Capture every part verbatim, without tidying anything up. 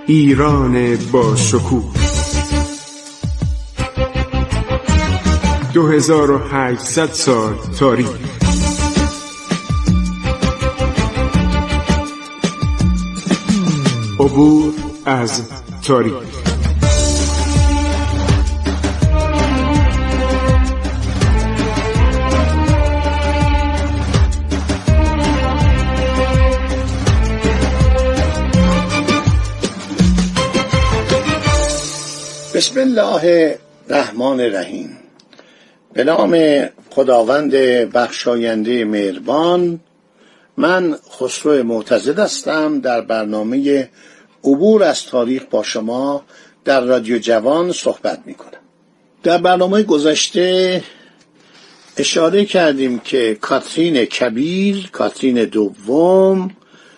ایران با شکوه دو هزار و هشتصد سال تاریخ. عبور از تاریخ. بسم الله الرحمن الرحیم. به نام خداوند بخشاینده مهربان. من خسرو معتزد هستم. در برنامه عبور از تاریخ با شما در رادیو جوان صحبت می کنم. در برنامه گذشته اشاره کردیم که کاترین کبیر، کاترین دوم،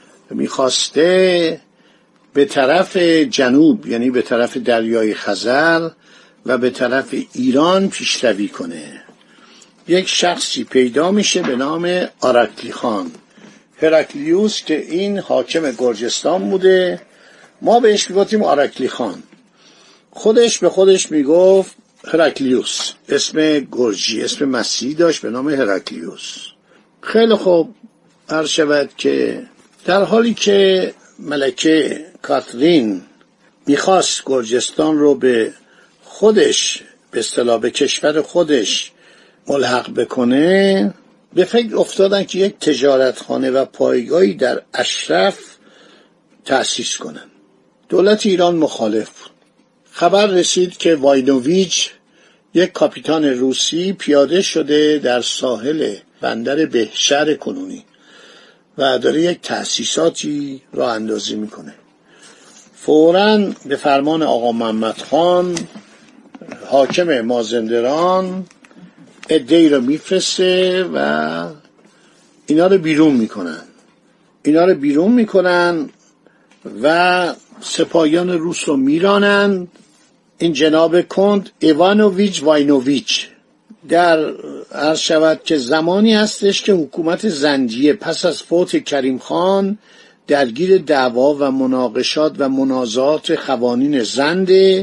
میخواسته به طرف جنوب، یعنی به طرف دریای خزر و به طرف ایران پیشروی کنه. یک شخصی پیدا میشه به نام آراکلی خان، هرکلیوس، که این حاکم گرجستان بوده. ما بهش میگفتیم آراکلی خان. خودش به خودش میگفت هرکلیوس، اسم گرجی، اسم مسیحی داشت به نام هرکلیوس. خیلی خوب، عرض شود که در حالی که ملکه کاترین میخواست گرجستان رو به خودش، به اصطلاح به کشور خودش ملحق بکنه، به فکر افتادن که یک تجارتخانه و پایگاهی در اشرف تأسیس کنن. دولت ایران مخالف بود. خبر رسید که واینوویچ، یک کاپیتان روسی، پیاده شده در ساحل بندر بهشهر کنونی و داره یک تأسیساتی راه اندازی میکنه. فوراً به فرمان آقا محمد خان، حاکم مازندران، عده‌ای رو میفرسته و اینا رو بیرون میکنن. اینا رو بیرون میکنن و سپاهیان روس رو میرانن. این جناب کند ایوانوویچ واینوویچ، در عرض شود که زمانی هستش که حکومت زندیه پس از فوت کریم خان درگیر دعوا و مناقشات و منازعات قوانین زنده،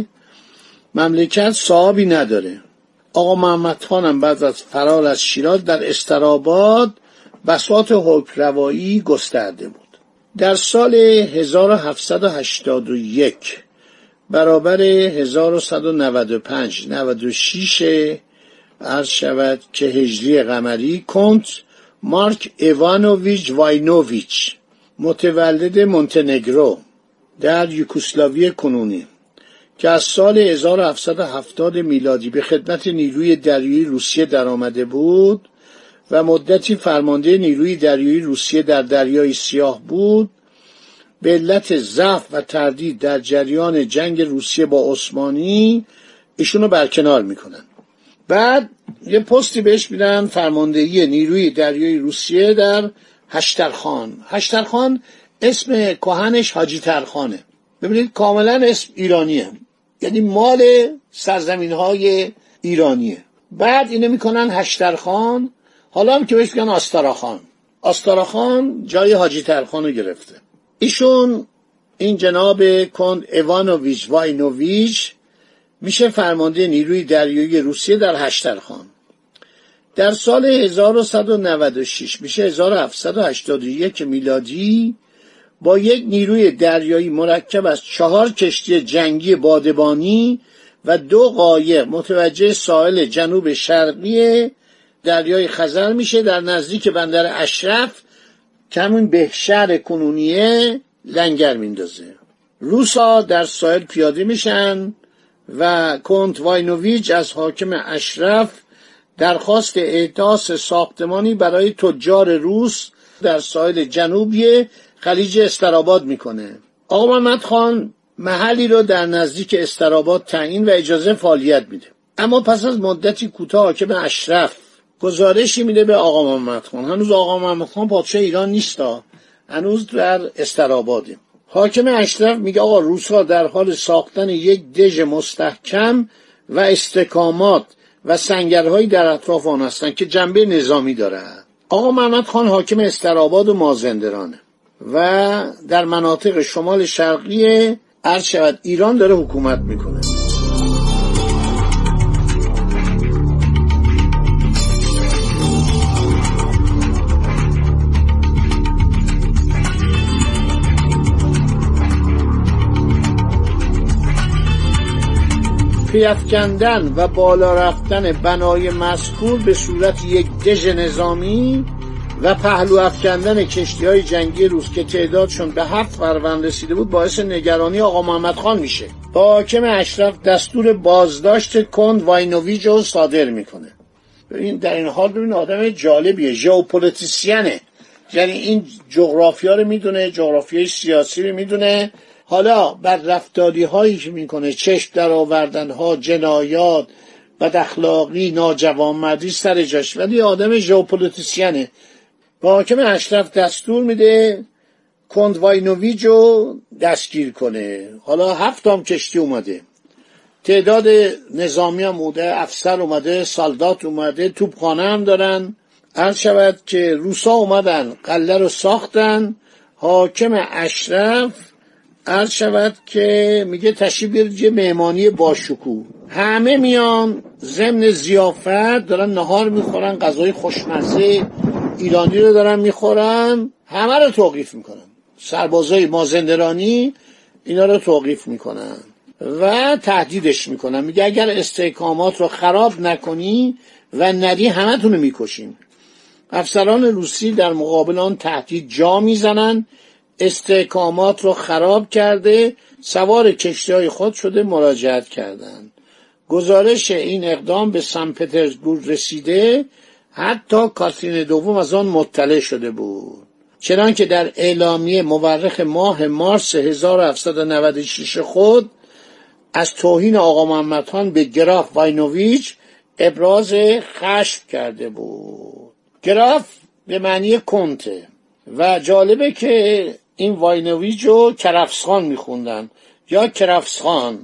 مملکت صاحبی نداره. آقا محمد خان هم بعد از فرار از شیراز در استراباد بساط حکمروایی گسترده بود. در سال هزار و هفتصد و هشتاد و یک برابر هزار و صد و نود و پنج نود و شش عرض شود که هجری قمری، کنت مارک ایوانوویچ واینوویچ، متولد مونتنگرو در یوگسلاوی کنونی، که از سال هزار و هفتصد و هفتاد میلادی به خدمت نیروی دریایی روسیه در آمده بود و مدتی فرمانده نیروی دریایی روسیه در دریای سیاه بود، به علت ضعف و تردید در جریان جنگ روسیه با عثمانی ایشونو برکنار میکنن. بعد یه پستی بهش میدن، فرماندهی نیروی دریایی روسیه در هشترخان. هشترخان اسم کهنش حاجی ترخانه. ببینید کاملا اسم ایرانیه، یعنی مال سرزمین های ایرانیه. بعد اینو میکنن هشترخان. حالا هم که بهش میگن آستاراخان. آستاراخان جای حاجی ترخان رو گرفته. ایشون، این جناب کند ایوانوویچ واینوویچ، میشه فرمانده نیروی دریایی روسیه در هشترخان. در سال هزار و صد و نود و شش میشه هزار و هفتصد و هشتاد و یک میلادی، با یک نیروی دریایی مرکب از چهار کشتی جنگی بادبانی و دو قایق متوجه ساحل جنوب شرقی دریای خزر میشه، در نزدیک بندر اشرف که همون بهشهر کنونیه لنگر میندازه. روسا در ساحل پیاده میشن و کند واینوویچ از حاکم اشرف درخواست احداث ساختمانی برای تجار روس در ساحل جنوبی خلیج استراباد میکنه. آقا محمد خان محلی رو در نزدیک استراباد تعیین و اجازه فعالیت میده. اما پس از مدتی کوتاه حاکم اشرف گزارشی میده به آقا محمد خان. هنوز آقا محمد خان پادشاه ایران نیستا، هنوز در استراباده. حاکم اشرف میگه آقا روس‌ها در حال ساختن یک دژ مستحکم و استحکامات و سنگرهایی در اطراف آن هستند که جنبه نظامی داره. آقا محمد خان حاکم استراباد و مازندرانه و در مناطق شمال شرقی عرض شود ایران داره حکومت میکنه. پیافکندن و بالا رفتن بنای مذکور به صورت یک دژ نظامی و پهلو افکندن کشتی‌های جنگی روس که تعدادشون به هفت فروند رسیده بود باعث نگرانی آقا محمد خان میشه. با حاکم اشرف دستور بازداشت کند واینوویچ رو صادر میکنه. ببین در این حال ببین آدم جالبیه، ژئوپلیتیسیانه، یعنی این جغرافیا رو میدونه، جغرافیای سیاسی رو میدونه. حالا بر رفتاری هایی که میکنه، چشم در آوردن ها، جنایات، بد اخلاقی، ناجوانمردی سر جاش، ولی آدم ژئوپلیتیسیانه. با حاکم اشرف دستور میده کند واینوویچ رو دستگیر کنه. حالا هفت هم کشتی اومده، تعداد نظامی هم اومده، افسر اومده، سالدات اومده، توپخانه هم دارن. عرض شود که روسا اومدن قلعه رو ساختن. حاکم اشرف عرض شود که میگه تشریف بیارید یه مهمانی باشکوه. همه میان ضمن ضیافت دارن نهار میخورن، غذای خوشمزه ایرانی رو دارن میخورن، همه رو توقیف میکنن، سربازای مازندرانی اینا رو توقیف میکنن و تهدیدش میکنن. میگه اگر استحکامات رو خراب نکنی و ندی همه تونو میکشیم. افسران روسی در مقابل آن تهدید جا میزنن. استحکامات رو خراب کرده، سوار کشتی‌های خود شده مراجعت کردند. گزارش این اقدام به سن پترزبورگ رسیده، حتی کاترین دوم از آن مطلع شده بود. چنانکه در اعلامیه مورخ ماه مارس هزار و هفتصد و نود و شش خود از توهین آقا محمد خان به گراف واینوویچ ابراز خشم کرده بود. گراف به معنی کنته و جالبه که این واینوویچ رو کرفسخان میخوندن یا کرفسخان.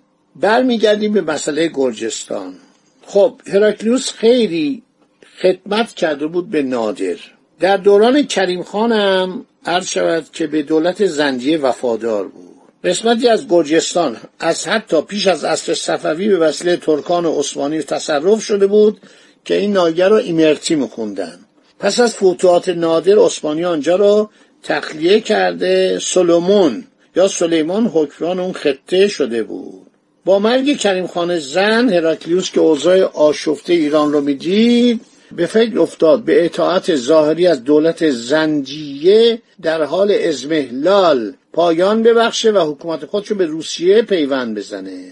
برمیگردیم به مسئله گرجستان. خب هراکلیوس خیلی خدمت کرده بود به نادر. در دوران کریم خان هم عرض شود که به دولت زندیه وفادار بود. قسمتی از گرجستان از حتی پیش از عصر صفوی به وسیله ترکان و عثمانی تصرف شده بود که این ناحیه رو ایمرتی میخوندن. پس از فتوحات نادر عثمانی آنجا رو تخلیه کرده. سلمون یا سلیمان حکمران اون خطه شده بود. با مرگ کریم خان زند هراکلیوس که اوضاع آشفته ایران رو میدید به فکر افتاد به اطاعت ظاهری از دولت زندیه در حال اضمحلال پایان ببخشه و حکومت خودشو به روسیه پیوند بزنه.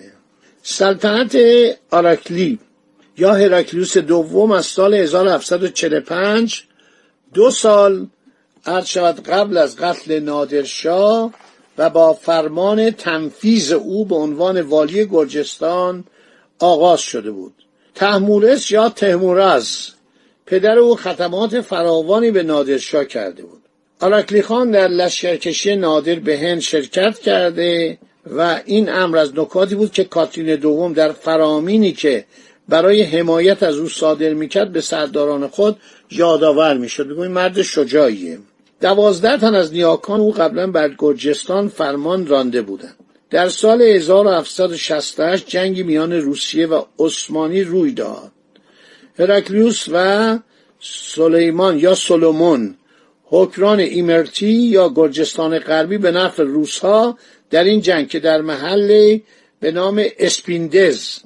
سلطنت آراکلی یا هراکلیوس دوم از سال هزار و هفتصد و چهل و پنج دو سال عرض شود قبل از قتل نادرشاه و با فرمان تنفیذ او به عنوان والی گرجستان آغاز شده بود. تحمورس یا تحمورز پدر او خدمات فراوانی به نادرشاه کرده بود. آراکلی خان در لشکرکشی نادر به هند شرکت کرده و این امر از نکاتی بود که کاترین دوم در فرامینی که برای حمایت از او صادر میکرد به سرداران خود یادآور میشد. بگویم مرد شجاعیه. دوازده تن از نیاکان او قبلا بر گرجستان فرمان رانده بودند. در سال هزار و هفتصد و شصت و هشت جنگی میان روسیه و عثمانی روی داد. هراکلیوس و سلیمان یا سلمون حکمران ایمرتی یا گرجستان غربی به نفع روس‌ها در این جنگ که در محلی به نام اسپیندز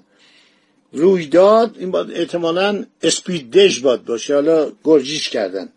روی داد، این باید احتمالاً اسپیدژ باد باشه، حالا گرجیش کردن،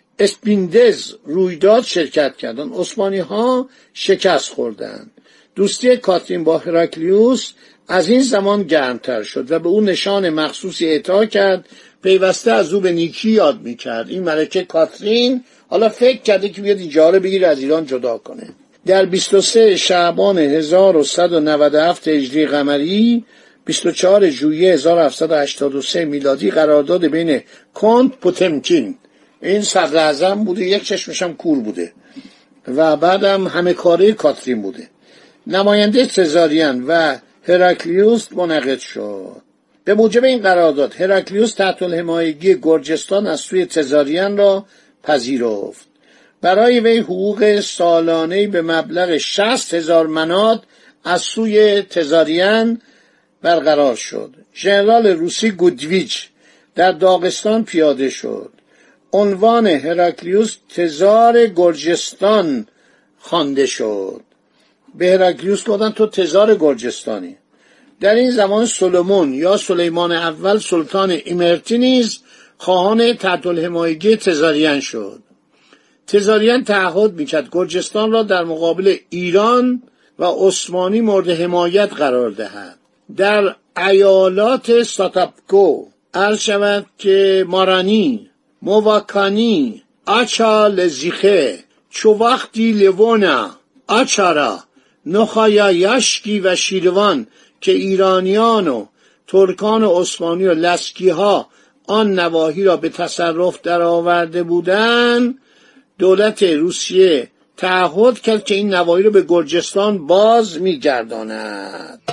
اسپیندز روی داد شرکت کردن. عثمانی ها شکست خوردن. دوستی کاترین با هراکلیوس از این زمان گرمتر شد و به او نشان مخصوصی اعطا کرد. پیوسته از او به نیکی یاد میکرد. این ملکه کاترین حالا فکر کرده که بیاد اینجا رو بگیره از ایران جدا کنه. در بیست و سوم شعبان هزار و صد و نود و هفت هجری قمری، بیست و چهارم ژوئیه هزار و هفتصد و هشتاد و سه میلادی قرارداد بین کونت پوتمکین، این صدر اعظم بوده، یک چشمش هم کور بوده و بعدم همه کاره کاترین بوده، نماینده تزاریان و هراکلیوس منعقد شد. به موجب این قرارداد هراکلیوس تحت الحمایگی گرجستان از سوی تزاریان را پذیرفت. برای وی حقوق سالانه‌ای به مبلغ شصت هزار منات از سوی تزاریان برقرار شد. ژنرال روسی گودویچ در داغستان پیاده شد. عنوان هراکلیوس تزار گرجستان خوانده شد. به هراکلیوس گفتن تو تزار گرجستانی. در این زمان سلمون یا سلیمان اول سلطان ایمرتی نیز خواهان تحت الحمایگی تزاریان شد. تزاریان تعهد میکرد گرجستان را در مقابل ایران و عثمانی مورد حمایت قرار دهد. در ایالات ساتاپکو عرض شود که مارانی، موواکانی، آچالزیخه، چووختی لیوونا، آچارا، نخایایشکی و شیروان که ایرانیان و ترکان و عثمانی و لسکی ها آن نواحی را به تصرف درآورده بودند، دولت روسیه تعهد کرد که این نواحی را به گرجستان باز می‌گرداند.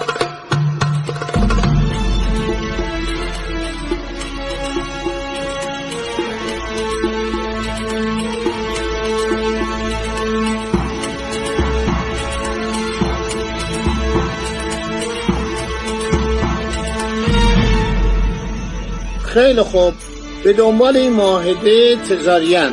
خیلی خوب، به دنبال این معاهده تزاریان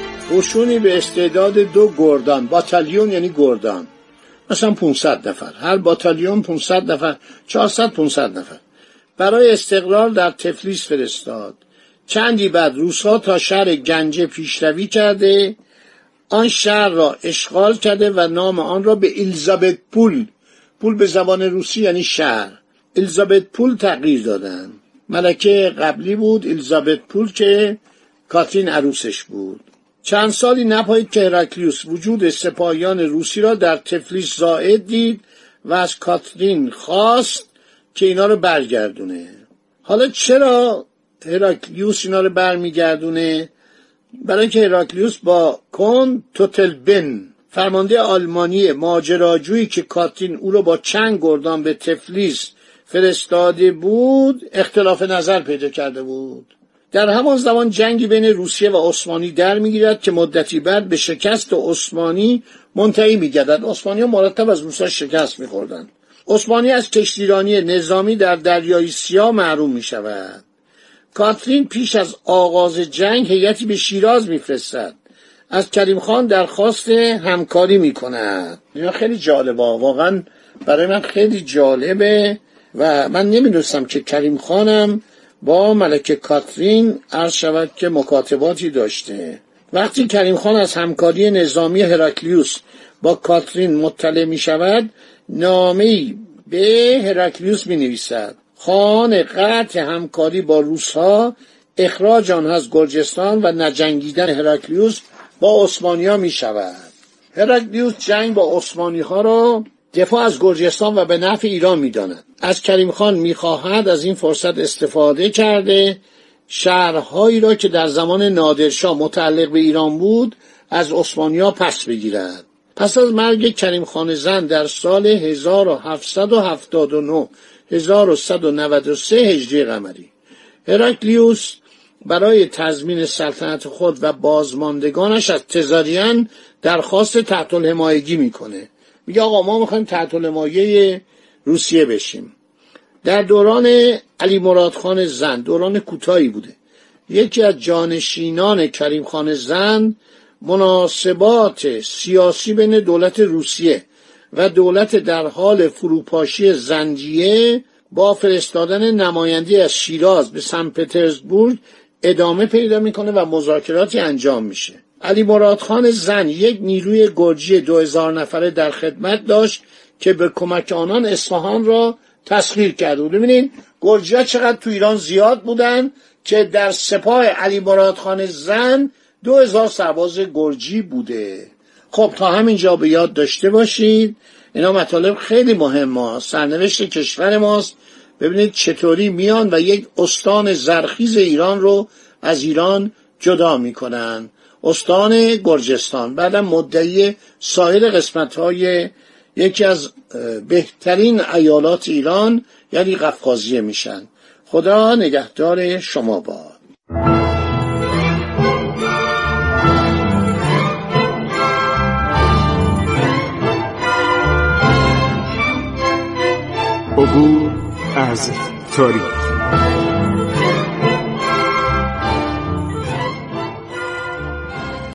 قشونی به استعداد دو گردان، باتالیون یعنی گردان، مثلا پانصد نفر، هر باتالیون پانصد نفر، چهارصد پانصد نفر، برای استقرار در تفلیس فرستاد. چندی بعد روس‌ها تا شهر گنجه پیشروی کرده، آن شهر را اشغال کرده و نام آن را به الیزابت پول، پول به زبان روسی یعنی شهر، الیزابت پول تغییر دادند. ملکه قبلی بود الیزابت پول که کاترین عروسش بود. چند سالی نپایید که هراکلیوس وجود سپاهیان روسی را در تفلیس زائد دید و از کاترین خواست که اینا رو برگردونه. حالا چرا هراکلیوس اینا رو برمیگردونه؟ برای اینکه هراکلیوس با کون توتلبن فرمانده آلمانی ماجراجویی که کاترین او رو با چند گردان به تفلیس فرستاده بود اختلاف نظر پیدا کرده بود. در همان زمان جنگی بین روسیه و عثمانی در میگیرد که مدتی بعد به شکست عثمانی منتهی میگردد. عثمانی ها مرتب از روسا شکست میخوردند. عثمانی از کشتیرانی نظامی در دریای سیاه محروم میشود. کاترین پیش از آغاز جنگ هیئتی به شیراز میفرستد. از کریم خان درخواست همکاری میکند. اینا خیلی جالبه، واقعا برای من خیلی جالبه و من نمیدونستم که کریم خانم با ملکه کاترین عرض شود که مکاتباتی داشته. وقتی کریم خان از همکاری نظامی هراکلیوس با کاترین مطلع می شود، نامه‌ای به هراکلیوس می نویسد. خواهان قطع همکاری با روس‌ها، اخراج آنها از گرجستان و نجنگیدن هراکلیوس با عثمانی‌ها می شود. هراکلیوس جنگ با عثمانی‌ها را دفاع از گرجستان و به نفع ایران می‌داند. از کریم خان می‌خواهد از این فرصت استفاده کرده شهرهایی را که در زمان نادرشاه متعلق به ایران بود از عثمانی‌ها پس بگیرد. پس از مرگ کریم خان زند در سال هزار و هفتصد و هفتاد و نه هزار و صد و نود و سه هجری قمری هراکلیوس برای تضمین سلطنت خود و بازماندگانش از تزاریان درخواست تحت الحمایگی میکنه. میگه آقا ما میخوایم تحت الحمایه روسیه بشیم. در دوران علی مراد خان زند، دوران کوتاهی بوده، یکی از جانشینان کریم خان زند مناسبات سیاسی بین دولت روسیه و دولت در حال فروپاشی زنجیه با فرستادن نماینده از شیراز به سن پترزبورگ ادامه پیدا میکنه و مذاکراتی انجام میشه. علی مراد خان زند یک نیروی گرجی دو هزار نفره در خدمت داشت که به کمک آنان اصفهان را تسخیر کرده بود. ببینید گرجی‌ها چقدر تو ایران زیاد بودن که در سپاه علی مراد خان زند دو هزار سرباز گرجی بوده. خب تا همینجا به یاد داشته باشید اینا مطالب خیلی مهمه، سرنوشت کشور ماست. ببینید چطوری میان و یک استان زرخیز ایران رو از ایران جدا میکنن، استان گرجستان. بعدم مدعی سایر قسمت‌های یکی از بهترین ایالات ایران یعنی قفقازیه میشن. خدا نگهدار شما باد. عبور از تاریخ.